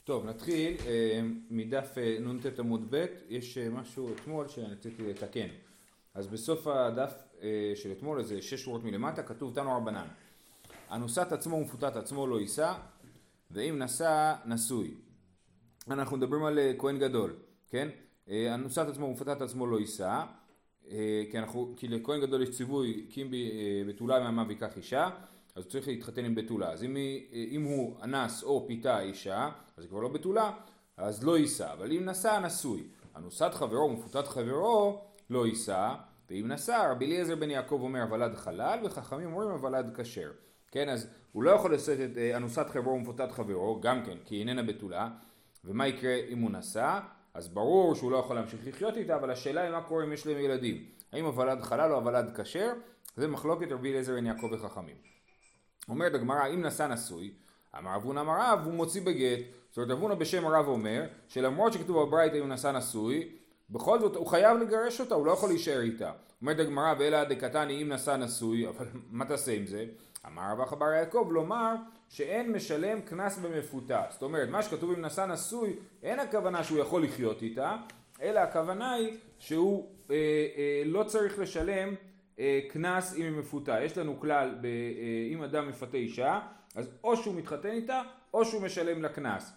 טוב, נתחיל מדף נ"ט עמוד ב', יש משהו אתמול שאני רציתי לתקן. אז בסוף הדף של אתמול, איזה 6 שורות מלמטה, כתוב תנו רבנן. הנוסת עצמו ומפותת עצמו לא יישא, ואם נשא נשוי. אנחנו מדברים על כהן גדול, כן? הנוסת עצמו ומפותת עצמו לא יישא, כי לכהן גדול יש ציווי, כי אם בתולה מהמה ויקח אישה, אז הוא צריך להתחתן עם בתולה. אז אם הוא אנס או פיתה אישה, אז זה כבר לא בתולה, אז לא יישא. אבל אם נשא, נשוי. הנוסת חברו ומפותת חברו לא יישא, ואם נשא, רבי אליעזר בן יעקב אומר הוולד חלל, וחכמים אומרים הוולד כשר. כן, אז הוא לא יכול לשאת את הנוסת חברו ומפותת חברו, גם כן, כי איננה בתולה. ומה יקרה אם הוא נשא? אז ברור שהוא לא יכול להמשיך לחיות איתה, אבל השאלה היא מה קורה אם יש להם ילדים. האם הוולד חלל או הוולד כשר? זה מחלוקת רבי אליעזר בן יעקב וחכמים. אומרת הגמרא, אם נשא נשוי, אמר אבונה אמר רב, הוא מוציא בגט. זאת אומרת, אבונה בשם הרב אומר, שלמרות שכתוב בברייתא אם נשא נשוי, בכל זאת הוא חייב לגרש אותה, הוא לא יכול להישאר איתה. אומרת הגמרא, ואלא דקתני אם נשא נשוי, אבל מה תעשה עם זה? אמר רבא בר יעקב, לומר שאין משלם קנס במפותה. זאת אומרת, מה שכתוב אם נשא נשוי, אין הכוונה שהוא יכול לחיות איתה, אלא הכוונה היא שהוא לא צריך לשלם קנס אם היא מפותה. יש לנו כלל, אם אדם מפתה אישה, אז או שהוא מתחתן איתה, או שהוא משלם לה קנס.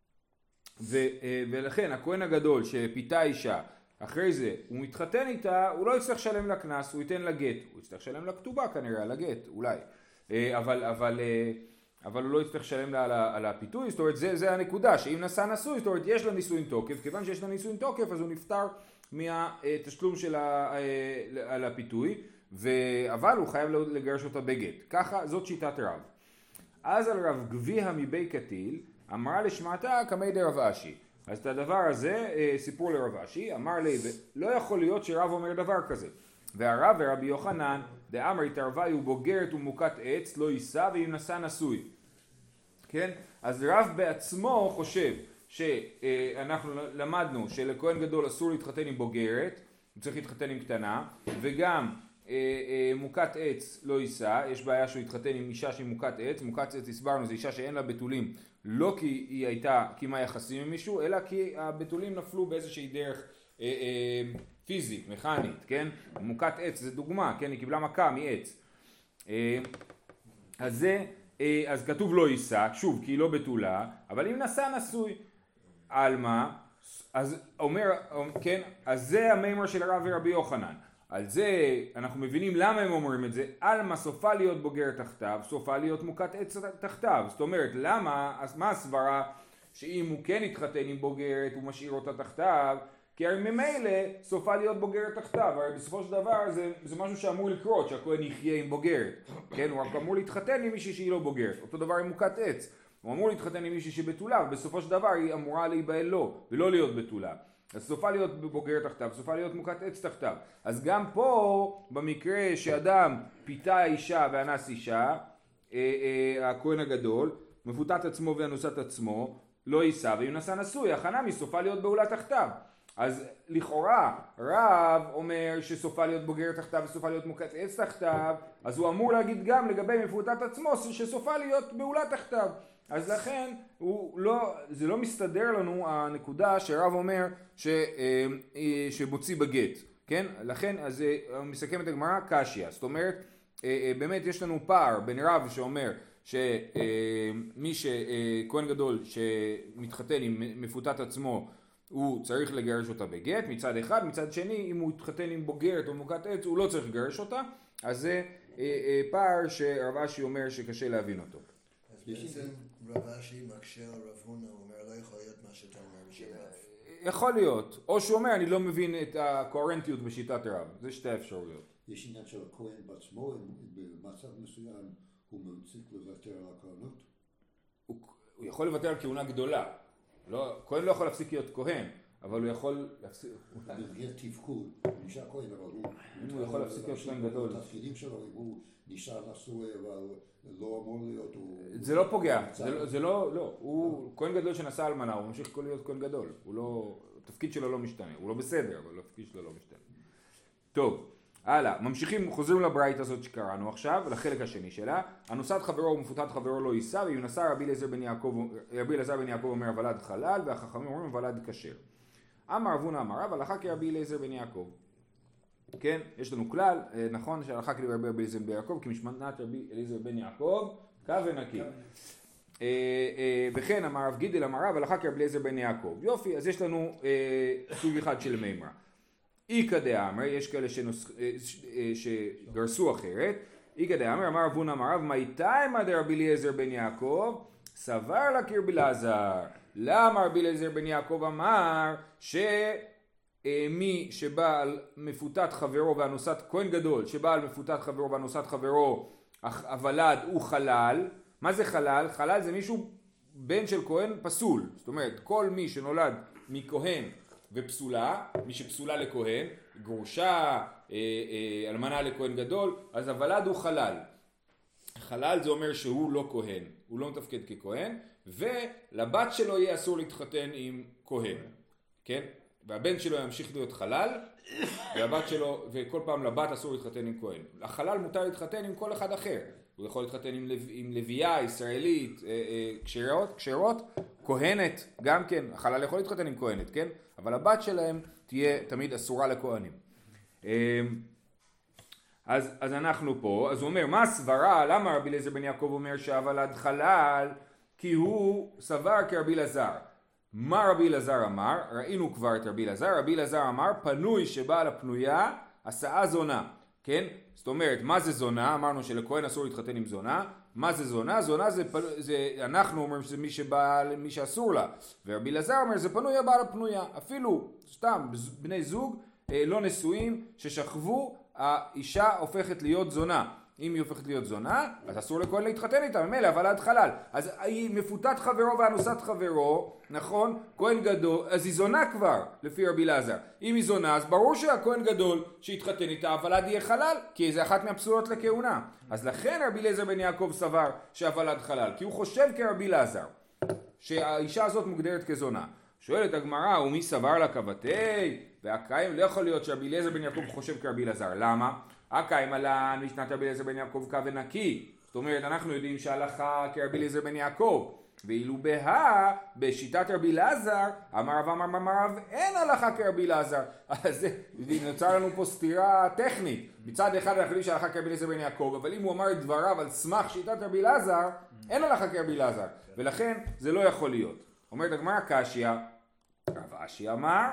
ולכן הכהן הגדול שפיתה אישה, אחרי זה הוא מתחתן איתה, הוא לא יצטרך לשלם לה קנס, הוא ייתן לה גט. הוא יצטרך לשלם לה כתובה כנראה, לה גט, אולי. אבל הוא לא יצטרך לשלם לה על הפיתוי. זאת אומרת, זה הנקודה, שאם נשא נשוי, זאת אומרת, יש לה נישואין תוקף, כיוון שיש לה נישואין תוקף, אז הוא נפטר מהתשלום על הפיתוי. אבל הוא חייב לגרש אותה בגט. ככה, זאת שיטת רב. אז על רב גביהא מבי קטיל, אמרה לשמעתה כמי דרב אשי. אז את הדבר הזה, סיפור לרב אשי, אמר לי, לא יכול להיות שרב אומר דבר כזה. והרב ורבי יוחנן, דאמר התערבה הוא בוגרת ומוכת עץ, לא יישא ואם נשא נשוי. כן? אז רב בעצמו חושב שאנחנו למדנו שלכהן גדול אסור להתחתן עם בוגרת, הוא צריך להתחתן עם קטנה, וגם מוכת עץ לא יישא, יש בעיה שהוא יתחתן עם אישה שהיא מוכת עץ. מוכת עץ הסברנו, זו אישה שאין לה בתולים, לא כי היא הייתה קיימה יחסים עם מישהו, אלא כי הבתולים נפלו באיזושהי דרך פיזית, מכנית, כן? מוכת עץ זה דוגמה, כן? היא קיבלה מכה מעץ. אז כתוב לא יישא, שוב, כי היא לא בתולה, אבל אם נשא נשוי, על מה? אז אומר, כן? אז זה המימר של הרב ורבי יוחנן. על זה אנחנו מבינים למה הם אומרים את זה. אלמה סופה להיות בוגר תחתיו, סופה להיות מוכת עץ תחתיו. זאת אומרת, למה, אז מה הסברה שאם הוא כן יתחתן עם בוגרת הוא משאיר אותה תחתיו? כי הרי ממילא סופה להיות בוגרת תחתיו. הרי בסופו של דבר זה משהו שאמור לקרות, שהכהן יחיה עם בוגרת. כן, הוא רק אמור להתחתן עם מישהי שהיא לא בוגרת. אותו דבר עם מוכת עץ. הוא אמור להתחתן עם מישהי שבתולה, ובסופו של דבר היא אמורה להיבעל לו, ולא להיות בתולה. אז סופה להיות בוגר תחתיו, סופה להיות מוכת עץ תחתיו. אז גם פה, במקרה שאדם פיתה אישה ואנס אישה, הכהן הגדול, מפותת עצמו ואנוסת עצמו, לא יישא, ואם נשא נשוי, הכנה מסופה להיות בעולה תחתיו. אז לכאורה, רב אומר שסופה להיות בוגר תחתיו וסופה להיות מוכת עץ תחתיו, אז הוא אמור להגיד גם לגבי מפותת עצמו שסופה להיות בעולה תחתיו. אז לכן זה לא מסתדר לנו הנקודה שרב אומר שמוציא בגט, כן? לכן אז מסכם את הגמרא קשיא. זאת אומרת, באמת יש לנו פער בין רב שאומר שמי שכהן גדול שמתחתן עם מפותת עצמו הוא צריך לגרש אותה בגט מצד אחד, מצד שני אם הוא יתחתן עם בוגרת או מוכת עץ הוא לא צריך לגרש אותה. אז זה פער שרב אשי אומר שקשה להבין אותו. בעצם רב אשי מקשה על רב הונא, הוא אומר לא יכול להיות מה שאתה אומר בשם רב. יכול להיות, או שהוא אומר אני לא מבין את הקוהרנטיות בשיטת רב, זה שתי אפשרויות. יש עניין של הכהן בעצמו, במצב מסוים הוא צריך לוותר על הכהנות? הוא יכול לוותר על כהונה גדולה, כהן לא יכול להפסיק להיות כהן, אבל הוא יכול להפסיק... במסגרת תפקוד, הוא נשאר כהן, אבל הוא יכול להפסיק להיות כהן גדול. התפקידים שלו, אם הוא נשאר נשוי, אבל לא אמור להיות... זה לא פוגע, זה לא, הוא כהן גדול שנשא אלמנה, הוא ממשיך להיות כהן גדול, התפקיד שלו לא משתנה, הוא לא בסדר, אבל התפקיד שלו לא משתנה. טוב, הלאה, ממשיכים, חוזרים לברייתא הזאת שקראנו עכשיו, לחלק השני שלה. הנוסת חברו ומפותת חברו לא יישא, ואם נשא רבי אלעזר בן יעקב אומר הוולד חלל, והחכמים אומרים הוולד כשר. אמר רב הונא אמר רב, הלכה כרבי אלעזר בן יעקב. כן, יש לנו כלל, נכון, שהלכה כרבי אלעזר בן יעקב, כי משמעת רבי אלעזר בן יעקב, קו ונקי. וכן אמר רב גידל אמר רב, הלכה כרבי אלעזר בן יעקב. יופי, אז יש לנו סוג אחד של מימרה. איקא דאמר, יש כאלה שגרסו אחרת, איקא דאמר, אמר רב הונא אמר רב, מאיתימא דרבי אליעזר בן יעקב, סבר לה כרבי אלעזר. למה רבי אליעזר בן יעקב אמר שמי שבעל מפותת חברו ואנוסת, כהן גדול, שבעל מפותת חברו ואנוסת חברו, הוולד הוא חלל. מה זה חלל? חלל זה מישהו בן של כהן פסול. זאת אומרת, כל מי שנולד מכהן ופסולה, מי שפסולה לכהן, גרושה, אלמנה לכהן גדול, אז הוולד הוא חלל. חלל זה אומר שהוא לא כהן, הוא לא מתפקד ככהן, ולבת שלו יהיה אסור להתחתן עם כהן, כן? והבן שלו ימשיך להיות חלל, והבת שלו, וכל פעם לבת אסור להתחתן עם כהן. החלל מותר להתחתן עם כל אחד אחר. הוא יכול להתחתן עם לוויה, ישראלית, כשרות, כהנת, גם כן, החלל יכול להתחתן עם כהנת, כן? אבל הבת שלהם תהיה תמיד אסורה לכהנים. אז אנחנו פה, אז הוא אומר, מה הסברה? למה רבי אליעזר בן יעקב אומר שהוולד חלל? כי הוא סבר כרבי אלעזר. מה רבי אלעזר אמר? ראינו כבר את רבי אלעזר. רבי אלעזר אמר, פנוי שבעל הפנויה, השאה זונה. כן? זאת אומרת, מה זה זונה? אמרנו שלכהן אסור להתחתן עם זונה. מה זה זונה? זונה זה אנחנו אומרים שזה מי שאסור לה. ורבי אלעזר אומר, זה פנוי הבעל הפנויה. אפילו, סתם, בני זוג לא נשואים ששכבו, האישה הופכת להיות זונה. אם היא הופכת להיות זונה, אז אסור לכהן להתחתן איתה, ממילא הוולד חלל. אז היא מפותת חברו ואנוסת חברו, נכון? כהן גדול, אז היא זונה כבר, לפי רבי אלעזר. אם היא זונה, אז ברור שהכהן גדול שהתחתן איתה, הוולד יהיה חלל, כי זה אחת מהפסולות לכהונה. אז לכן רבי אליעזר בן יעקב סבר שהוולד חלל, כי הוא חושב כרבי אלעזר, שהאישה הזאת מוגדרת כזונה. שואלת הגמרא, ומי סבר לה כבתי? והקיים לא יכול להיות שרבי אליעזר בן יעקב חושב כרבי אלעזר. למה? הקיים עלן משנת רבי אליעזר בן יעקב קו ונקי. זאת אומרת, אנחנו יודעים שהלכה כרבי אליעזר בן יעקב. ואילו בשיטת רבי אלעזר, אמר רב, אין הלכה כרבי אלעזר. אז נוצר לנו פה סתירה טכנית. מצד אחד אנחנו יודעים שהלכה כרבי אליעזר בן יעקב, אבל אם הוא אמר את דבריו על סמך שיטת רבי אלעזר, אין הלכה כרבי אלעזר. ולכן זה לא יכול להיות. אומרת הגמרא קשיא, רב אשי אמר,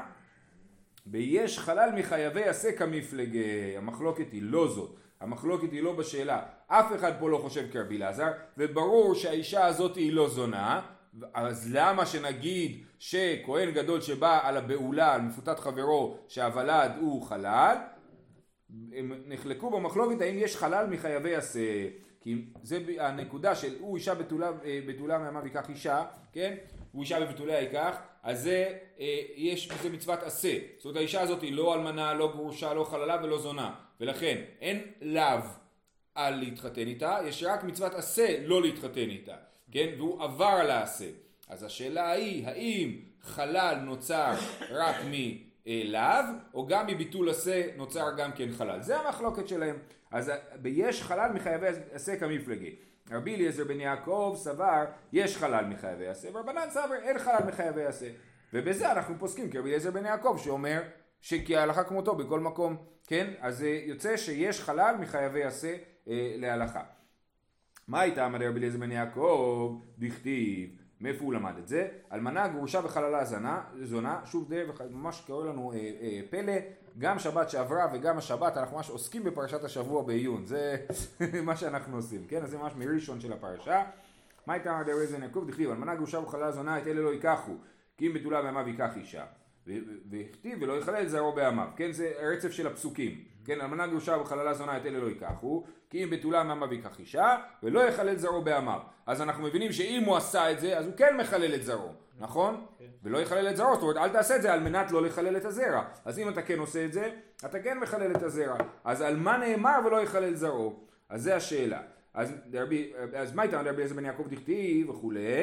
ביש חלל מחייבי עשה כמפלגי. המחלוקת היא לא זאת. המחלוקת היא לא בשאלה. אף אחד פה לא חושב כרבי אלעזר, וברור שהאישה הזאת היא לא זונה. אז למה שנגיד שכהן גדול שבא על הבעולה, על מפותת חברו, שהוולד הוא חלל? הם נחלקו במחלוקת האם יש חלל מחייבי עשה. כי זה הנקודה של הוא אישה בתולה מהמה ויקח אישה, כן? הוא אישה בבתוליה ייקח, אז זה מצוות עשה. זאת אומרת, האישה הזאת היא לא אלמנה, לא גרושה, לא חללה ולא זונה. ולכן אין לאו על להתחתן איתה, יש רק מצוות עשה לא להתחתן איתה. כן? והוא עבר על העשה. אז השאלה היא, האם חלל נוצר רק מלאו, או גם מביטול עשה נוצר גם כן חלל. זה המחלוקת שלהם. אז יש חלל מחייבי עשה כמפלגי. רבי אליעזר בן יעקב סבר יש חלל מחייבי עשה, ורבנן סבר אין חלל מחייבי עשה. ובזה אנחנו פוסקים כרבי אליעזר בן יעקב שאומר שכי ההלכה כמותו בכל מקום, כן? אז יוצא שיש חלל מחייבי עשה להלכה. מה הייתה אמר רבי אליעזר בן יעקב? דכתיב. מאיפה הוא למד את זה? אלמנה גרושה וחללה זונה, שוב זה ממש קורא לנו פלא, גם שבת שעברה וגם השבת, אנחנו ממש עוסקים בפרשת השבוע בעיון, זה מה שאנחנו עושים, כן? אז זה ממש מראשון של הפרשה. מה הייתה אמר רבי אליעזר בן יעקב? דכתיב, אלמנה גרושה וחללה זונה, את אלה לא ייקחו, כי אם בתולה בעמיו ייקח אישה. וכתיב ולא יחלל זרעו בעמיו, כן? זה רצף של הפסוקים, כן? אלמנה גרושה וחללה זונה, את אלה לא ייקחו, כי אם בתולה מעמיו ייקח אישה, ולא יחלל זרעו בעמיו. אז אנחנו מבינים שאם הוא עשה את זה, אז הוא כן מחלל את זרעו, נכון? ולא יחלל את זרעו, זאת אומרת, אל תעשה את זה על מנת לא לחלל את הזרע. אז אם אתה כן עושה את זה, אתה כן מחלל את הזרע. אז על מה נאמר ולא יחלל זרעו? אז זה השאלה. אז מה הייתה רבי אליעזר בן יעקב דכתיב וכולי?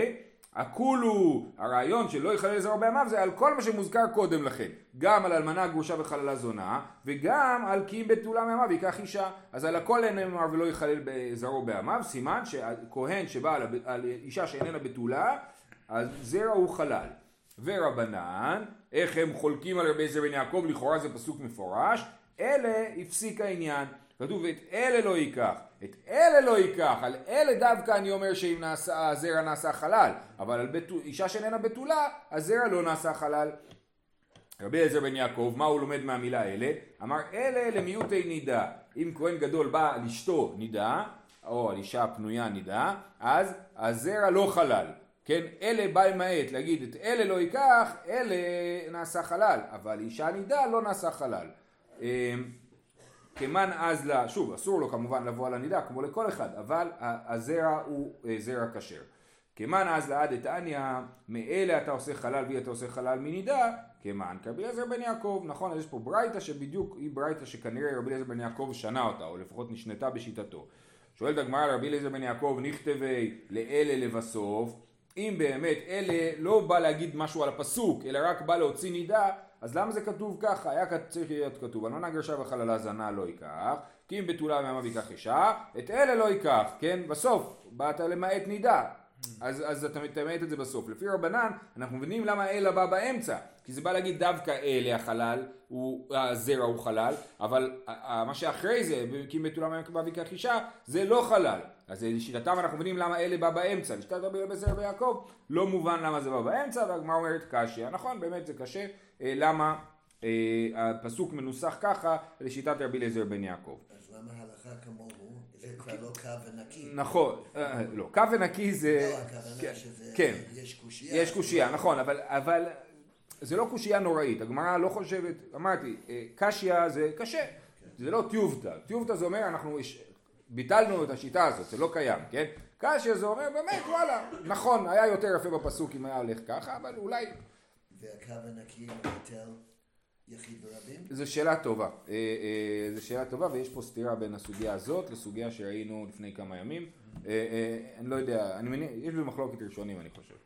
הכולו, הרעיון שלא יחלל זרעו בעמיו זה על כל מה שמוזכר קודם לכן, גם על אלמנה גרושה וחללה זונה, וגם על כי אם בתולה מעמיו ייקח אישה. אז על הכל אין נאמר ולא יחלל זרעו בעמיו, סימן שכהן שבא על אישה שאיננה בתולה, אז זרע הוא חלל. ורבנן, איך הם חולקים על רבי אליעזר בן יעקב, לכאורה זה פסוק מפורש, אלה הפסיק העניין. כתוב את אלה לא ייקח, את אלה לא ייקח, על אלה דווקא אני אומר שאם הזרע נעשה חלל, אבל על אישה שאיננה בתולה, הזרע לא נעשה חלל. רבי אליעזר בן יעקב, מה הוא לומד מהמילה אלה? אמר אלה למיעוטי נידה. אם כהן גדול בא על אשתו נידה, או על אישה פנויה נידה, אז הזרע לא חלל. כן, אלה בא למעט, להגיד את אלה לא ייקח, אלה נעשה חלל, אבל אישה נידה לא נעשה חלל. כמן אז לה, שוב, אסור לו כמובן לבוא על הנידה, כמו לכל אחד, אבל הזרע הוא זרע כשר. כמן אז לה דתניא, מאלה אתה עושה חלל ואתה עושה חלל מנידה, כמן כרבי אליעזר בן יעקב. נכון, אז יש פה ברייתא שבדיוק היא ברייתא שכנראה רבי אליעזר בן יעקב שנה אותה, או לפחות נשנתה בשיטתו. שואלת הגמרא לרבי אליעזר בן יעקב, נכתבי לאלה לבסוף, אם באמת אלה לא בא להגיד משהו על הפסוק, אלא רק בא להוציא נידה, אז למה זה כתוב ככה? היה צריך להיות כתוב, אלמנה גרושה וחללה זונה לא ייקח, כי אם בתולה מעמיו ייקח אישה, את אלה לא ייקח, כן? בסוף, באת למעט נידה, אז אתה מתאמת את זה בסוף. לפי רבנן, אנחנו מבינים למה אלה בא באמצע, כי זה בא להגיד דווקא אלה החלל, הזרע הוא חלל, אבל מה שאחרי זה, כי אם בתולה מעמיו ייקח אישה, זה לא חלל. אז לשיטתם אנחנו מבינים למה אלה בא באמצע. לשיטת רבי אליעזר בן יעקב לא מובן למה זה בא באמצע, והגמרא אומרת קשה. נכון, באמת זה קשה. למה הפסוק מנוסח ככה לשיטת רבי אליעזר בן יעקב. אז למה הלכה כמוהו? זה כבר לא קו ונקי. נכון, לא, קו ונקי זה... לא, הכוונה שזה... כן, יש קושייה. יש קושייה, נכון, אבל זה לא קושייה נוראית. הגמרא לא חושבת, אמרתי, קשיה זה קשה. זה לא טיובטה. טיובטה זה אומר אנחנו... ביטלנו את השיטה הזאת, זה לא קיים, כן? קשיה זה אומר באמת, וואלה, נכון, היה יותר יפה בפסוק אם היה הולך ככה, אבל אולי... והקו הנקי מבטל יחיד ורבים? זו שאלה טובה, זו שאלה טובה, ויש פה סתירה בין הסוגיה הזאת לסוגיה שראינו לפני כמה ימים. אני לא יודע, אני מניח, יש במחלוקת ראשונים אני חושב.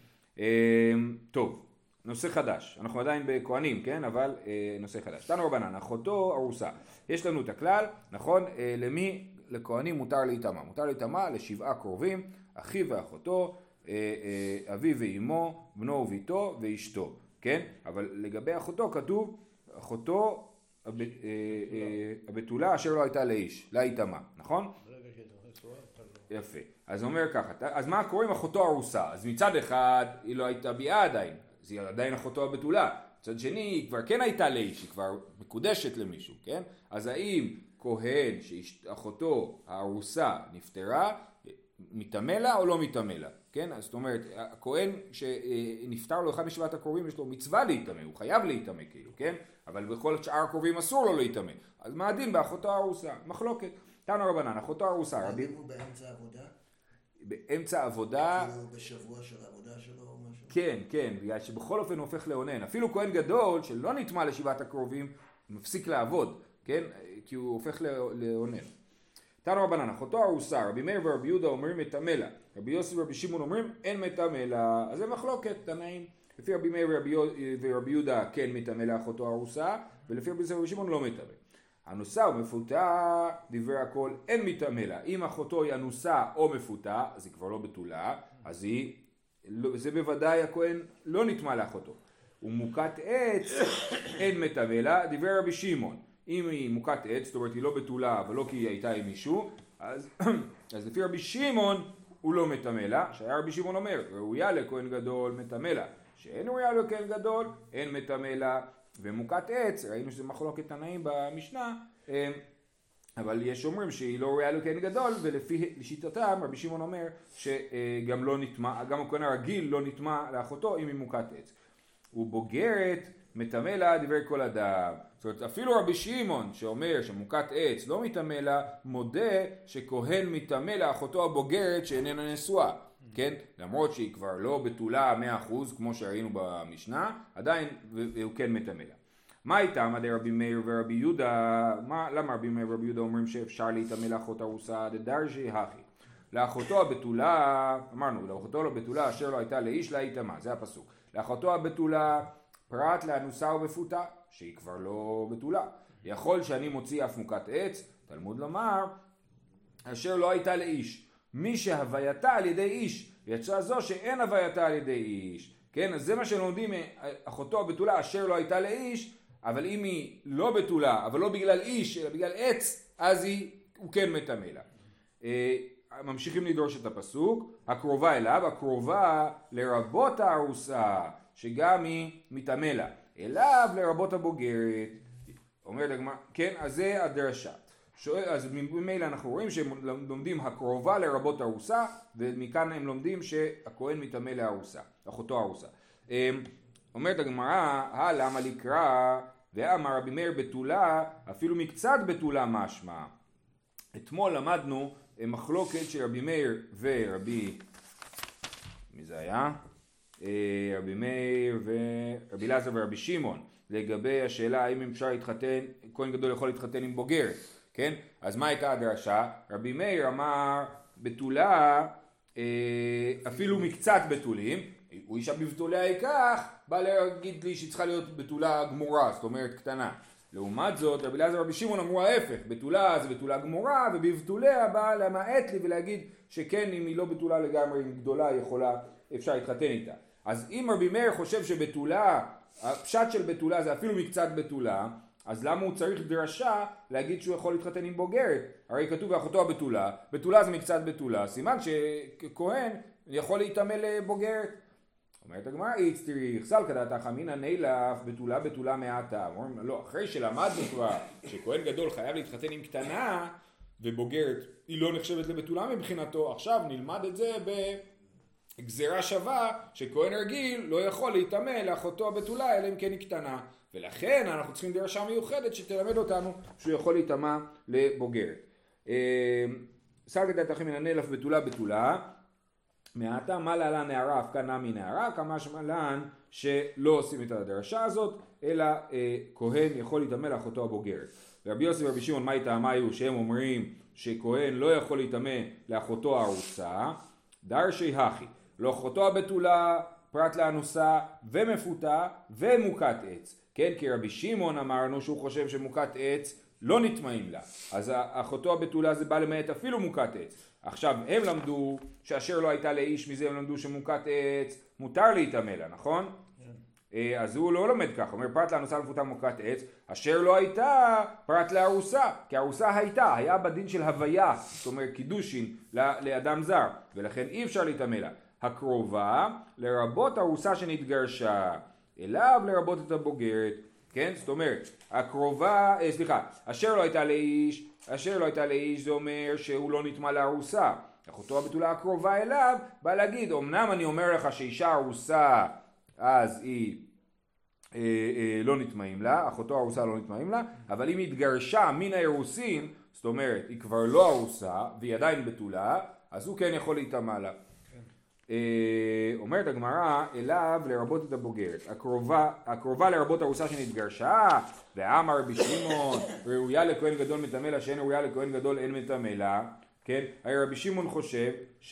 טוב, נושא חדש, אנחנו עדיין בכהנים, כן? אבל נושא חדש. תנו רבנן, אחותו ארוסה. יש לנו את הכלל, נכון? למי? לכהנים מותר להיטמא. מותר להיטמא לשבעה קרובים, אחיו ואחותו, אביו ואימו, בנו וביתו ואשתו, כן? אבל לגבי אחותו כתוב, אחותו הבתולה אשר לא הייתה לאיש, להיטמא, נכון? יפה. אז אומר ככה, אז מה קורה עם אחותו ארוסה? אז מצד אחד היא לא הייתה ביאה עדיין, אז היא עדיין אחותו הבתולה. מצד שני היא כבר כן הייתה לאיש, היא כבר מקודשת למישהו, כן? אז האם כהן שאחותו הארוסה נפטרה, מתאמה לה או לא מתאמה לה? כן? אז זאת אומרת, הכהן שנפטר לו אחד משבעת הקרובים יש לו מצווה להתאמה, הוא חייב להתאמה כאילו, כן? אבל בכל שאר הקרובים אסור לו להתאמה. אז מה הדין באחותו הארוסה? מחלוקת. תנו רבנן, אחותו הארוסה. האם הוא באמצע עבודה? באמצע עבודה... כאילו בשבוע של העבודה שלו או משהו? כן, כן, בגלל שבכל אופן הוא הופך לאונן. אפילו כהן גדול שלא נטמע לשבעת הקרובים, מפסיק לעבוד, כן? כי הוא הופך לאונן. תנו רבנן, אחותו ארוסה, רבי מאיר ורבי יהודה אומרים מטמא לה, רבי יוסי ורבי שמעון אומרים אין מטמא לה, אז זה מחלוקת, תנאים. לפי רבי מאיר ורבי יהודה כן מטמא לה אחותו ארוסה, ולפי רבי יוסי ורבי שמעון לא מטמא. אנוסה ומפותה, דברי הכל, אין מטמא לה. אם אחותו היא אנוסה או מפותה, אז היא כבר לא בתולה, אז זה בוודאי הכהן לא נטמא לאחותו. ומוקת עץ, אין מטמא לה, דברי רבי שמעון. אם היא מוקת עץ, זאת אומרת היא לא בתולה, אבל לא כי היא הייתה עם מישהו, אז לפי רבי שמעון הוא לא מטמא לה, שהיה רבי שמעון אומר, ראויה לכהן גדול מטמא לה, שאין ראויה לכהן גדול, אין מטמא לה, ומוקת עץ, ראינו שזה מחלוקת תנאים במשנה, אבל יש אומרים שהיא לא ראויה לכהן גדול, ולפי שיטתם רבי שמעון אומר שגם לא נטמא, גם הכהן הרגיל לא נטמא לאחותו אם היא מוקת עץ. ובוגרת מטמא לה דברי כל אדם. זאת אומרת, אפילו רבי שמעון שאומר שמוקת עץ לא מטמא לה, מודה שכהן מטמא לאחותו הבוגרת שאיננה נשואה. כן? למרות שהיא כבר לא בתולה 100% כמו שראינו במשנה, עדיין הוא כן מטמא לה. מה איתם עדי רבי מאיר ורבי יהודה? למה רבי מאיר ורבי יהודה אומרים שאפשר להיטמא לאחות ארוסה? דדרשי הכי. לאחותו הבתולה, אמרנו, לאחותו הבתולה אשר לא הייתה לאיש לה יטמא, זה הפסוק. לאחותו הבתולה פרט לאנוסה ובפותה, שהיא כבר לא בתולה. יכול שאני מוציא אף מוכת עץ, תלמוד לומר, אשר לא הייתה לאיש. מי שהווייתה על ידי איש, ויצאה זו שאין הווייתה על ידי איש. כן, אז זה מה שלומדים, אחותו הבתולה אשר לא הייתה לאיש, אבל אם היא לא בתולה, אבל לא בגלל איש, אלא בגלל עץ, אז הוא כן מטמא לה. ממשיכים לדרוש את הפסוק, הקרובה אליו, הקרובה לרבות הארוסה, שגם היא מטמא לה. אליו לרבות הבוגרת. אומרת הגמרא, כן, אז זה הדרשה. אז ממילא אנחנו רואים שהם לומדים הקרובה לרבות ארוסה, ומכאן הם לומדים שהכהן מטמא לארוסה, אחותו ארוסה. אומרת הגמרא, למה לקרא, ואמר רבי מאיר בתולה, אפילו מקצת בתולה משמע. אתמול למדנו מחלוקת של רבי מאיר ורבי, מי זה היה? רבי מאיר ורבי אלעזר ורבי שמעון, לגבי השאלה האם אפשר להתחתן, כהן גדול יכול להתחתן עם בוגרת, כן? אז מה הייתה הדרשה? רבי מאיר אמר בתולה, אפילו מקצת בתולים, הוא אישה בבתוליה ייקח, בא להגיד לי שהיא צריכה להיות בתולה גמורה, זאת אומרת קטנה. לעומת זאת, רבי אלעזר ורבי שמעון אמרו ההפך, בתולה זה בתולה גמורה, ובבתוליה בא למעט לי ולהגיד שכן, אם היא לא בתולה לגמרי, אם גדולה אפשר להתחתן איתה. אז אם רבי מאיר חושב שבתולה, הפשט של בתולה זה אפילו מקצת בתולה, אז למה הוא צריך דרשה להגיד שהוא יכול להתחתן עם בוגרת? הרי כתוב ואחותו הבתולה, בתולה זה מקצת בתולה, סימן שכהן יכול להתאמה לבוגרת. אומרת הגמרא, איצטריך, סל כדעתך אמינא נילף, בתולה מעטה. אומרים, לא, אחרי שלמדנו כבר שכהן גדול חייב להתחתן עם קטנה ובוגרת, היא לא נחשבת לבתולה מבחינתו, עכשיו נלמד את זה בגזירה שווה, שכהן רגיל לא יכול להתאמה לאחותו הבתולה, אלא אם כן היא קטנה. ולכן אנחנו צריכים דרשה מיוחדת שתלמד אותנו שהוא יכול להתאמה לבוגרת. סל כדעתך אמינא נילף, בתולה, מעתה מה להלן נערה אף כאן נמי נערה, כמה שמלן שלא עושים את הדרשה הזאת, אלא כהן יכול להתאמה לאחותו הבוגרת. ורבי יוסי ורבי שמעון מה איתמה היו שהם אומרים שכהן לא יכול להתאמה לאחותו הארוסה, דרשי הכי, לאחותו הבתולה פרט לאנוסה ומפותה ומוכת עץ. כן, כי רבי שמעון אמרנו שהוא חושב שמוכת עץ לא נטמעים לה, אז אחותו הבתולה זה בא למעט אפילו מוכת עץ. עכשיו הם למדו שאשר לא הייתה לאיש, מזה הם למדו שמוכת עץ מותר להתאמה לה, נכון? אז הוא לא לומד כך, אומר פרט לאנוסה ומפותה מוכת עץ, אשר לא הייתה פרט לארוסה, כי הארוסה היה בדין של הוויה, זאת אומרת קידושין לאדם זר, ולכן אי אפשר להתאמה לה. הקרובה לרבות ארוסה שנתגרשה, אליו לרבות את הבוגרת, כן? זאת אומרת, אשר לא הייתה לאיש זה אומר שהוא לא נטמא לארוסה. אחותו הבתולה הקרובה אליו בא להגיד, אמנם אני אומר לך שאישה ארוסה אז היא לא נטמאים לה, אחותו הארוסה לא נטמאים לה, אבל אם היא התגרשה מן האירוסין, זאת אומרת היא כבר לא ארוסה והיא עדיין בתולה, אז הוא כן יכול להתאמה לה. אומרת הגמרא, אליו לרבות את הבוגרת, הקרובה לרבות ארוסה שנתגרשה, ואמר רבי שמעון, ראויה לכהן גדול מטמא לה, שאין ראויה לכהן גדול אין מטמא לה, כן? הרי רבי שמעון חושב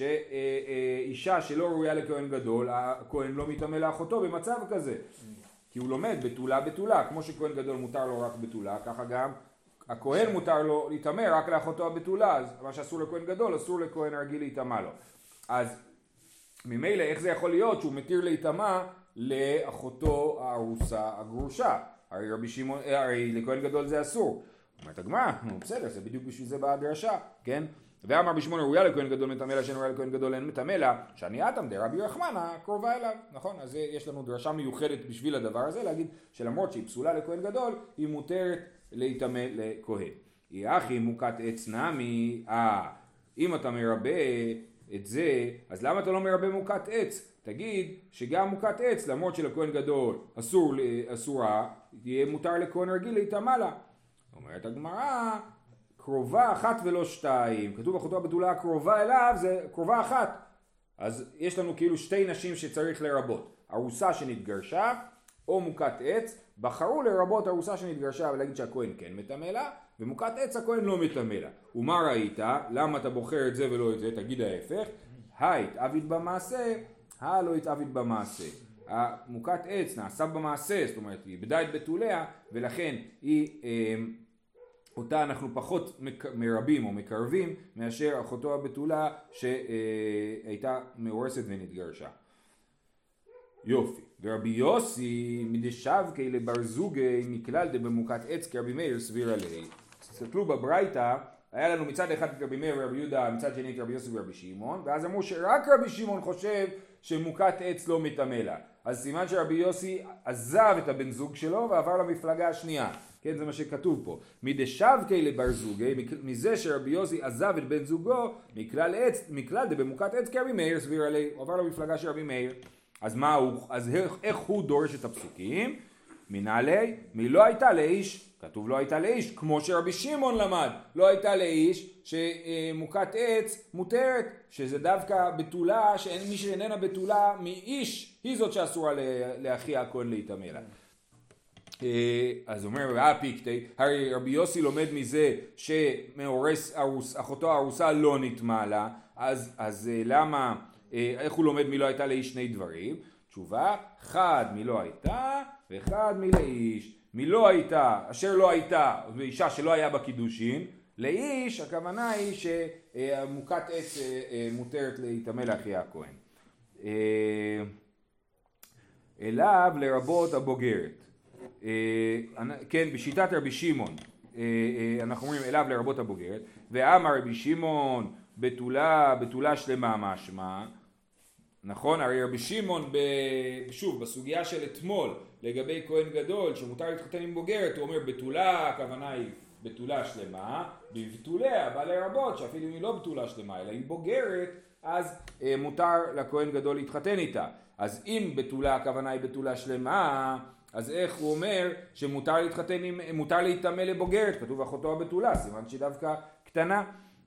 שאישה שלא ראויה לכהן גדול, הכהן לא מטמא לאחותו במצב כזה, כי הוא לומד בתולה, כמו שכהן גדול מותר לו רק בתולה, ככה גם הכהן מותר לו להתאמה רק לאחותו הבתולה, אז מה שאסור לכהן גדול אסור לכהן רגיל להתאמה לו. אז ממילא איך זה יכול להיות שהוא מתיר להתאמה לאחותו הארוסה הגרושה? הרי לכהן גדול זה אסור. אומרת הגמרא, בסדר, זה בדיוק בשביל זה בדרשה, כן? ואמר רבי שמעון ראויה לכהן גדול מטמא לה, שאין ראויה לכהן גדול אין מטמא לה, שאני אתם דרבי רחמנא קרובה אליו, נכון? אז יש לנו דרשה מיוחדת בשביל הדבר הזה, להגיד שלמרות שהיא פסולה לכהן גדול, היא מותרת להתאמה לכהן. יחי מוכת עץ נמי, אם אתה מרבה את זה, אז למה אתה לא מרבה מוכת עץ? תגיד שגם מוכת עץ, למרות שלכהן גדול אסורה, יהיה מותר לכהן רגיל להתאמה לה. אומרת הגמרא, קרובה אחת ולא שתיים. כתוב אחותו הבתולה הקרובה אליו, זה קרובה אחת. אז יש לנו כאילו שתי נשים שצריך לרבות. ארוסה שנתגרשה, או מוכת עץ, בחרו לרבות ארוסה שנתגרשה ולהגיד שהכהן כן מטמא לה, ומוקת עץ הכהן לא מטמא לה. ומה ראית? למה אתה בוחר את זה ולא את זה? תגיד ההפך. התעביד במעשה, לא התעביד במעשה. המוקת עץ נעשה במעשה, זאת אומרת היא איבדה את בתוליה, ולכן אותה אנחנו פחות מרבים או מקרבים מאשר אחותו הבתולה שהייתה מאורסת ונתגרשה. יופי. ורבי יוסי מדשב כאלה בר זוגי מכלל דבמוקת עץ כרבי מאיר סביר עליה. תסתכלו בברייתא, היה לנו מצד אחד את רבי מאיר ורבי יהודה, מצד שני את רבי יוסי ורבי שמעון, ואז אמרו שרק רבי שמעון חושב שמוקת עץ לא מטמא לה. אז סימן שרבי יוסי עזב את הבן זוג שלו ועבר למפלגה השנייה. כן, זה מה שכתוב פה. מדשב כאלה בר זוגי, מזה שרבי יוסי עזב את בן זוגו, מכלל דבמוקת עץ כרבי מאיר סביר עליה, הוא עבר למפלגה של רבי מאיר. אז איך הוא דורש את הפסוקים? מנהלי, מי לא הייתה לאיש, כתוב לא הייתה לאיש, כמו שרבי שמעון למד, לא הייתה לאיש שמוקת עץ מותרת, שזה דווקא בתולה, מי שאיננה בתולה מאיש, היא זאת שאסורה לאחי הכהן להיטמא לה. אז אומר פיקטי, הרי רבי יוסי לומד מזה שמאורס אחותו הארוסה לא נטמא לה, אז למה, איך הוא לומד מי לא הייתה לאיש? שני דברים. תשובה, אחד מי לא הייתה ואחד מי לאיש. מי לא הייתה, אשר לא הייתה, אישה שלא היה בה קידושין, לאיש הכוונה היא שמוקת עץ מותרת להיטמא לאחי הכהן. אליו לרבות הבוגרת. כן, בשיטת רבי שמעון אנחנו אומרים אליו לרבות הבוגרת, ואמר רבי שמעון בתולה שלמה משמע, נכון? הרי רבי שמעון שוב בסוגיה של אתמול לגבי כהן גדול שמותר להתחתן עם בוגרת, הוא אומר בתולה, הכוונה היא בתולה שלמה, בבתוליה בא לרבות שאפילו אם היא לא בתולה שלמה אלא היא בוגרת, אז מותר לכהן גדול להתחתן איתה. אז אם בתולה הכוונה היא בתולה שלמה, אז איך הוא אומר שמותר להתחתן מותר להיטמא לבוגרת? כתוב אחותו הבתולה, סימן שהיא דווקא קטנה.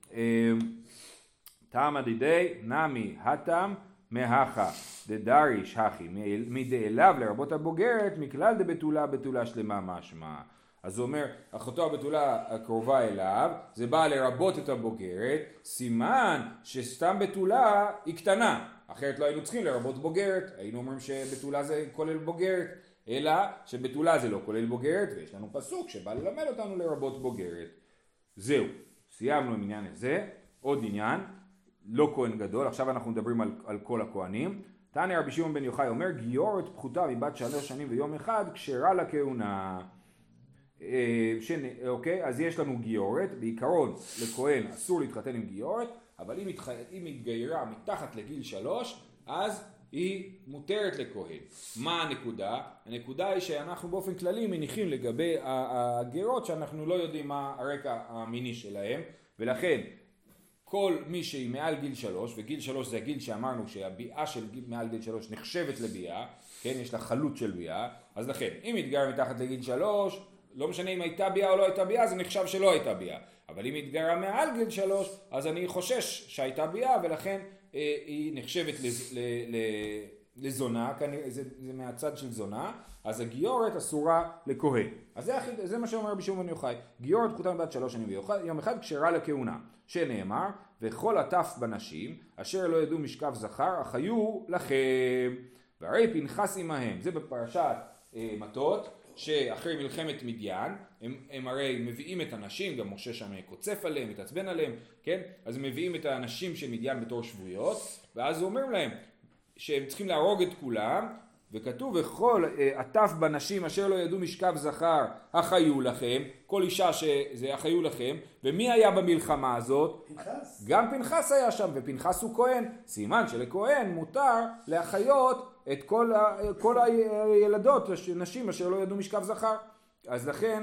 תמה דידי נמי התם מהכה דדריש הכי מדאליו לרבות הבוגרת מכלל דבתולה בתולה שלמה משמע. אז הוא אומר אחותו הבתולה הקרובה אליו, זה בא לרבות את הבוגרת, סימן שסתם בתולה היא קטנה, אחרת לא היינו צריכים לרבות בוגרת, היינו אומרים שבתולה זה כולל בוגרת, אלא שבתולה זה לא כולל בוגרת, ויש לנו פסוק שבא ללמד אותנו לרבות בוגרת. זהו, סיימנו עם עניין הזה. עוד עניין, לא כהן גדול, עכשיו אנחנו מדברים על כל הכהנים. תניא רבי שמעון בן יוחאי אומר, גיורת פחותה מבת 3 שנים ויום אחד כשרה לכהונה. אוקיי, אז יש לנו גיורת, בעיקרון לכהן אסור להתחתן עם גיורת, אבל אם התגיירה מתחת לגיל 3, אז היא מותרת לכהן. מה הנקודה? הנקודה היא שאנחנו באופן כללי מניחים לגבי הגרות שאנחנו לא יודעים מה הרקע המיני שלהם, ולכן כל מי שהיא מעל גיל 3, וגיל 3 זה הגיל שאמרנו שהביאה של מעל גיל 3 נחשבת לביאה, כן, יש לה חלות של ביאה, אז לכן אם התגיירה מתחת לגיל 3, לא משנה אם הייתה ביאה או לא הייתה ביאה, זה נחשב שלא הייתה ביאה, אבל אם התגיירה מעל גיל 3, אז אני חושש שהייתה ביאה, ולכן היא נחשבת לזונה, זה מהצד של זונה, אז הגיורת אסורה לכהן. אז זה מה שאומר רבי שמעון בן יוחאי, גיורת פחותה מבת 3 שנים ויום אחד כשרה לכהונה, שנאמר, וכל הטף בנשים אשר לא ידעו משכב זכר החיו לכם, והרי פנחס עמהם. זה בפרשת מטות, שאחרי מלחמת מדיין, הם הרי מביאים את הנשים, גם משה שם קוצף עליהם, מתעצבן עליהם, כן? אז הם מביאים את האנשים של מדיין בתור שבויות, ואז הוא אומר להם שהם צריכים להרוג את כולם, וכתוב וכל הטף בנשים אשר לא ידעו משכב זכר החיו לכם, כל אישה שזה החיו לכם, ומי היה במלחמה הזאת? פנחס. גם פנחס היה שם, ופנחס הוא כהן, סימן שלכהן מותר להחיות את כל הילדות, נשים אשר לא ידעו משכב זכר. אז לכן,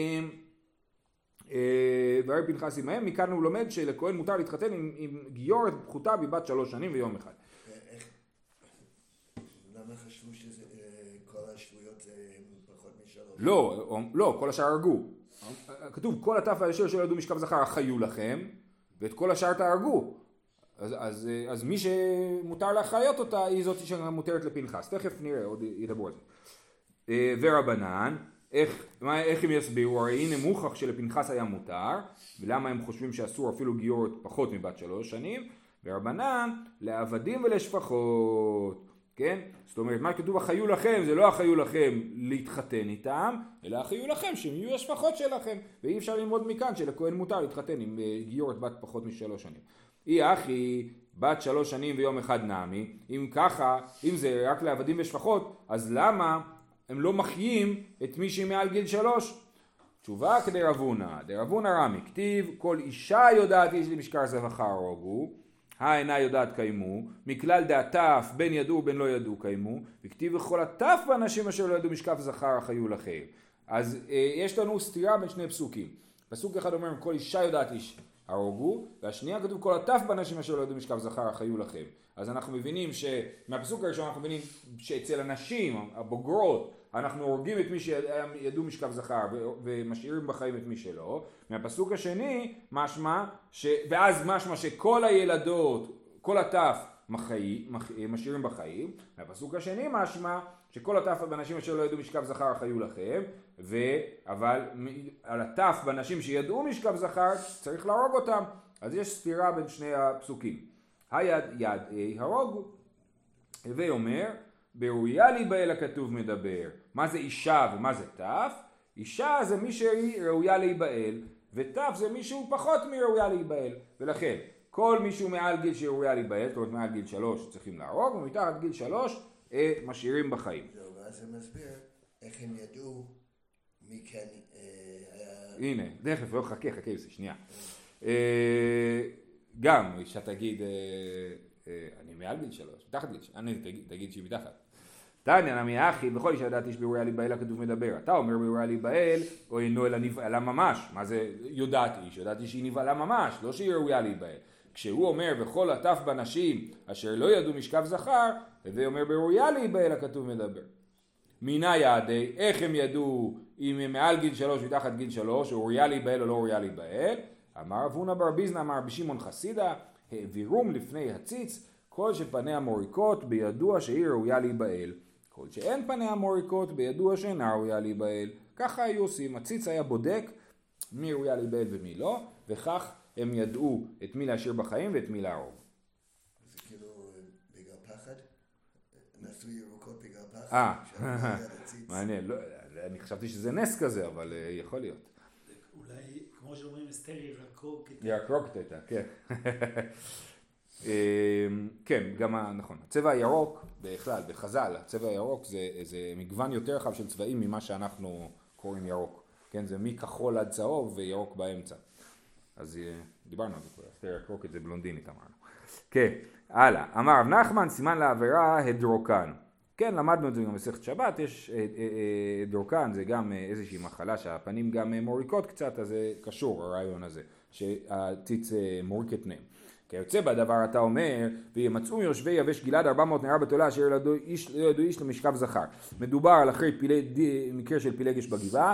והרי פנחס עמהם, מכאן הוא לומד שלכהן מותר להתחתן עם גיורת פחותה בבת 3 שנים ויום אחד. למה חשבו שזה כל השבויות פחות מ3? לא, כל השאר הרגו. כתוב כל הטף האשר שלא ידעו משכב זכר החיו לכם, ואת כל השאר תהרגו. אז מי שמותר להחיות אותה היא זאת שמותרת לפנחס. תכף נראה, עוד ידברו על זה. ורבנן, איך הם יסבירו? הרי הנה מוכח שלפנחס היה מותר, ולמה הם חושבים שאסור אפילו גיור פחות מבת 3 שנים, ורבנן לעבדים ולשפחות, כן? זאת אומרת, מה כתוב החיו לכם, זה לא החיו לכם להתחתן איתם, אלא החיו לכם שהם יהיו השפחות שלכם, ואי אפשר ללמוד מכאן שלכהן מותר להתחתן עם גיורת בת פחות מ3 שנים. אי אחי, בת 3 שנים ויום אחד נעמי, אם ככה, אם זה רק לעבדים ושפחות, אז למה הם לא מחיים את מי שמעל גיל 3? תשובה כדרבונה, דרבונה רמי, כתיב כל אישה יודעת יש לי משכר זכר הרגו, העינה יודעת קיימו, מכלל דעתף בין ידעו בין לא ידעו קיימו, וכתיב וכל הטף באנשים אשר לא ידעו משכב זכר חיו לכם. אז יש לנו סתירה בין שני פסוקים. פסוק אחד אומר כל אישה יודעת איש הרגו, והשנייה כתוב כל הטף באנשים אשר לא ידעו משכב זכר חיו לכם. אז אנחנו מבינים מהפסוק הראשון אנחנו מבינים שאצל הנשים הבוגרות אנחנו הורגים את מי שידעו משכב זכר ומשאירים בחיים את מי שלא. מהפסוק השני משמע ואז משמע שכל הילדות, כל הטף משאירים בחיים. מהפסוק השני משמע שכל הטף באנשים אשר לא ידעו משכב זכר חיו לכם, אבל על הטף באנשים שידעו משכב זכר צריך להרוג אותם. אז יש סתירה בין שני הפסוקים. היד יד הרוגו, הווי אומר בראויה להיבעל הכתוב מדבר. מה זה אישה ומה זה טף? אישה זה מי שהיא ראויה להיבעל, וטף זה מי שהוא פחות מראויה להיבעל. ולכן כל מי שהוא מעל גיל שראויה להיבעל, זאת אומרת מעל גיל 3 צריכים להרוג, ומתחת גיל 3 משאירים בחיים. זהו, ואז זה מסביר איך הם ידעו מי כן היה... הנה, דרך לא חכה שנייה. גם שאתה תגיד אני מעל גיל 3, מתחת גיל 3, אני תגיד שהיא מתחת. תניא נמי אחי, בכל אישה ידעתי שבראויה להיבעל הכתוב מדבר. אתה אומר בראויה להיבעל, או אינו אלא נבעלה ממש. מה זה ידעתי? שידעתי שהיא נבעלה ממש, לא שהיא ראויה להיבעל. כשהוא אומר בכל הטף בנשים אשר לא ידעו משכב זכר, הווי אומר בראויה להיבעל הכתוב מדבר. מינה יעדי, איך הם ידעו אם הם מעל גיל 3 מתחת גיל 3, או ראויה להיבעל או לא ראויה להיבעל? אמר אבונה בר ביזנא אמר בשמעון חסידה, העבירום לפני הציץ, כל שפניה מוריקות בידוע שהיא ראויה להיבעל. כל שאין פניה מוריקות בידוע שאינה ראויה להיבעל. ככה היו עושים, הציץ היה בודק מי ראויה להיבעל ומי לא, וכך הם ידעו את מי להשאיר בחיים ואת מי להרוג. זה כאילו בגלל פחד? נעשו ירוקות בגלל פחד? מעניין, אני חשבתי שזה נס כזה, אבל יכול להיות. אולי, כמו שאומרים, אסתר ירקוקת. ירקוקת, כן. כן, גם נכון. הצבע הירוק, בכלל, בחז"ל, הצבע הירוק זה מגוון יותר רחב של צבעים ממה שאנחנו קוראים ירוק. כן, זה מכחול עד צהוב וירוק באמצע. אז דיברנו על זה כבר, אסתר ירקוקת זה בלונדינית אמרנו. כן, הלאה. אמר רב נחמן, סימן לעבירה הדרוקן. כן, למדנו את זה גם במסכת שבת, יש דרוקן, זה גם איזושהי מחלה שהפנים גם מוריקות קצת, אז זה קשור הרעיון הזה, שהציץ מוריק את פניהם. כיוצא בדבר אתה אומר, וימצאו יושבי יבש גלעד 400 נערה בתולה אשר לא ידעו איש למשכב זכר. מדובר על אחרי מקרה של פילגש בגבעה,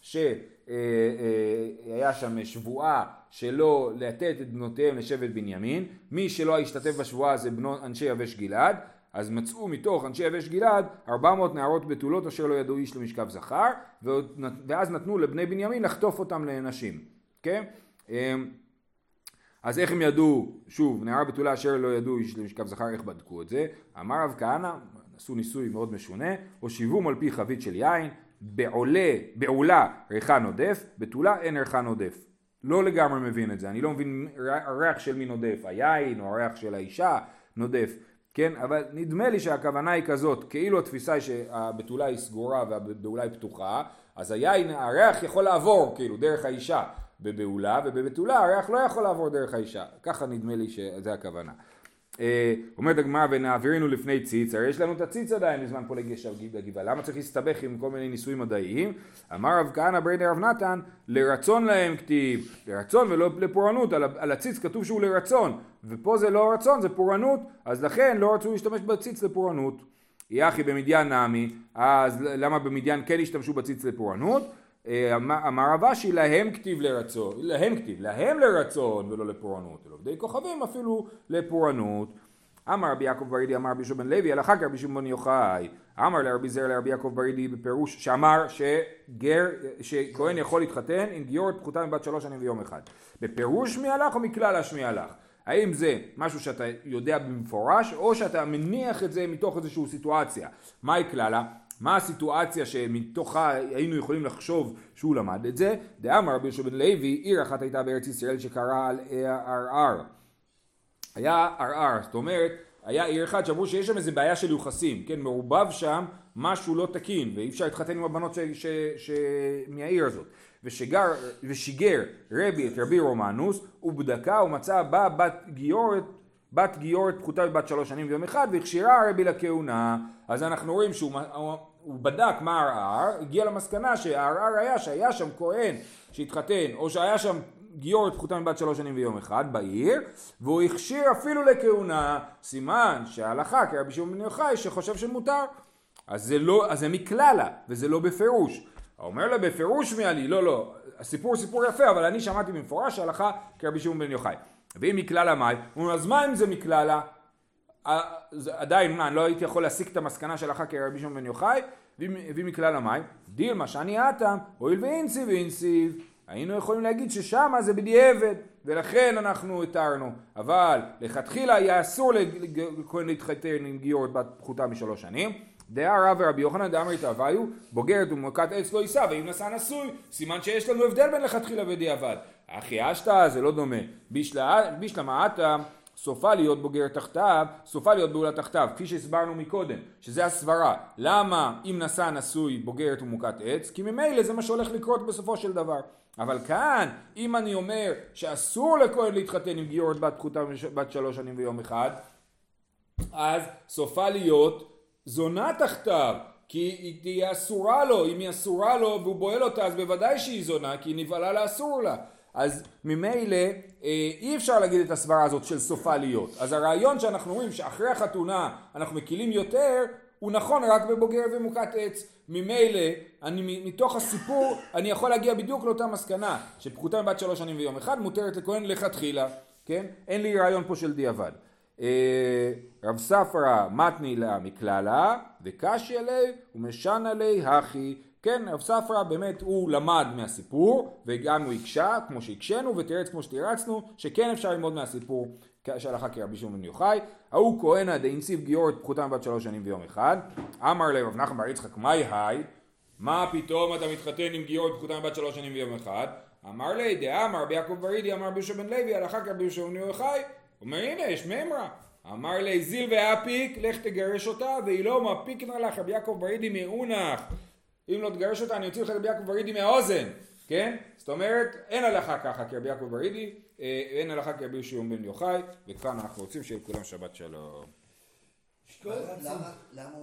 שהיה שם שבועה שלא לתת את בנותיהם לשבט בנימין, מי שלא השתתף בשבועה זה אנשי יבש גלעד, אז מצאו מתוך אנשי יבש גלעד 400 נערות בתולות אשר לא ידעו איש למשכב זכר, ואז נתנו לבני בנימין לחטוף אותם לנשים. כן? אז איך הם ידעו, שוב, נערה בתולה אשר לא ידעו איש למשכב זכר, איך בדקו את זה? אמר רב כהנא, עשו ניסוי מאוד משונה, או שיבום על פי חבית של יין, בעולה ריחן עודף, בתולה אין ריחן עודף. לא לגמרי מבין את זה, אני לא מבין הריח של מי נודף, היין או הריח של האישה נודף. כן, אבל נדמה לי שהכוונה היא כזאת, כאילו התפיסה היא שהבתולה היא סגורה והבעולה היא פתוחה, אז היין, הריח יכול לעבור כאילו דרך האישה בבעולה, ובבתולה הריח לא יכול לעבור דרך האישה. ככה נדמה לי שזה הכוונה. אומרת הגמרא ונעבירינו לפני ציץ, הרי יש לנו את הציץ עדיין בזמן פילגש בגבעה, למה צריך להסתבך עם כל מיני ניסויים מדעיים? אמר רב כהנא בריינה רב נתן, לרצון להם כתיב, לרצון ולא לפורענות, על הציץ כתוב שהוא לרצון, ופה זה לא רצון, זה פורענות, אז לכן לא רצו להשתמש בציץ לפורענות. יחי במדיין נעמי, אז למה במדיין כן השתמשו בציץ לפורענות? אמר רב אשי, להם כתיב לרצון, להם לרצון ולא לפורענות, אלא עובדי כוכבים אפילו לפורענות. אמר רבי יעקב ברידי אמר רבי יהושע בן לוי הלכה כרבי שמעון בן יוחאי. אמר לרבי זר לרבי יעקב ברידי בפירוש שאמר שכהן יכול להתחתן עם גיורת פחותה מבת 3 שנים ויום אחד. בפירוש מי הלך או מכלל השמי הלך? האם זה משהו שאתה יודע במפורש או שאתה מניח את זה מתוך איזושהי סיטואציה? מהי כללה? מה הסיטואציה שמתוכה היינו יכולים לחשוב שהוא למד את זה? דאמר רבי יהושע בן לוי, עיר אחת הייתה בארץ ישראל שקראה על ערער. היה ערער, זאת אומרת, היה עיר אחד שאמרו שיש שם איזה בעיה של יוחסים, כן, מעובב שם משהו לא תקין, ואי אפשר להתחתן עם הבנות מהעיר הזאת. ושיגר רבי את רבי רומנוס, ובדקה ומצא בה בת גיורת פחותה בבת 3 שנים ויום אחד, והכשירה רבי לכהונה. אז אנחנו רואים שהוא בדק מה ערער, הגיע למסקנה שהערער היה שהיה שם כהן שהתחתן, או שהיה שם גיורת פחותה מבת 3 שנים ויום אחד בעיר, והוא הכשיר אפילו לכהונה, סימן שההלכה כרבי שמעון בן יוחאי שחושב שמותר. אז זה מכללה, וזה לא בפירוש. אומר לה בפירוש מעלי, לא, הסיפור סיפור יפה, אבל אני שמעתי במפורש שההלכה כרבי שמעון בן יוחאי. ואם מכללה מהי? הוא אומר, אז מה אם זה מכללה? עדיין, אני לא הייתי יכול להסיק את המסקנה של ההלכה כרבי שמעון בן יוחאי, ואם מכללה מהי? דילמה שאני אתם, הואיל ואינסיב, היינו יכולים להגיד ששמה זה בדיעבד, ולכן אנחנו התרנו. אבל לכתחילה היה אסור לכהן להתחתן עם גיורת בת פחותה מ3 שנים. דעה רב ורבי יוחנן דאמר התאוויו, בוגרת ומוכת עץ לא יישא, ואם נשא נשוי, סימן שיש לנו הבדל בין לכתחילה ודיעבד. אחי אשתה זה לא דומה. בישלמה אתם, סופה להיות בוגרת תחתיו, סופה להיות בעולה תחתיו, כפי שהסברנו מקודם, שזה הסברה. למה אם נשא נשוי בוגרת ומוכת עץ? כי ממילא זה מה שהולך לקרות בסופו של דבר. אבל כאן, אם אני אומר שאסור לכהן להתחתן עם גיורת בת פחותה בת 3 שנים ויום אחד, אז סופה להיות זונה תחתיו, כי היא תהיה אסורה לו. אם היא אסורה לו והוא בועל אותה, אז בוודאי שהיא זונה, כי היא נבעלה לאסור לה. אז ממילא אי אפשר להגיד את הסברה הזאת של סופה להיות. אז הרעיון שאנחנו רואים שאחרי החתונה אנחנו מקילים יותר, הוא נכון רק בבוגר ומוכת עץ. ממילא, מתוך הסיפור, אני יכול להגיע בדיוק לאותה מסקנה, שפחותה מבת 3 שנים ויום אחד מותרת לכהן לכתחילה, כן? אין לי רעיון פה של דיעבד. רב ספרא מתני לה מכללה, וקשיא ליה ומשנה ליה הכי. כן, רב ספרא באמת הוא למד מהסיפור, וגם הוא הקשה, כמו שהקשנו, ותרץ כמו שתרצנו, שכן אפשר ללמוד מהסיפור שהלכה כרבי שמעון בן יוחאי. ההוא כהנא דאינסיב גיורת פחותה מבת 3 שנים ויום אחד. אמר לרב נחמן בר יצחק מאי היי, מה פתאום אתה מתחתן עם גיורת פחותה מבת 3 שנים ויום אחד? אמר לי דאמר רבי יעקב ברידי אמר רבי יהושע בן לוי הלכה כרבי שמעון בן יוחאי. אומר הנה יש מימרה. אמר לי זיל ואפיק לך תגרש אותה, והיא לא מפיק לך רבי יעקב ברידי מאונח. אם לא תגרש אותה אני אוציא לך רבי יעקב ברידי מהאוזן, כן? זאת אומרת אין הלכה ככה כרבי יעקב ברידי, אין הלכה כרבי יהושע בן יוחאי. וכאן אנחנו רוצים שיהיה לכולם שבת שלום. למה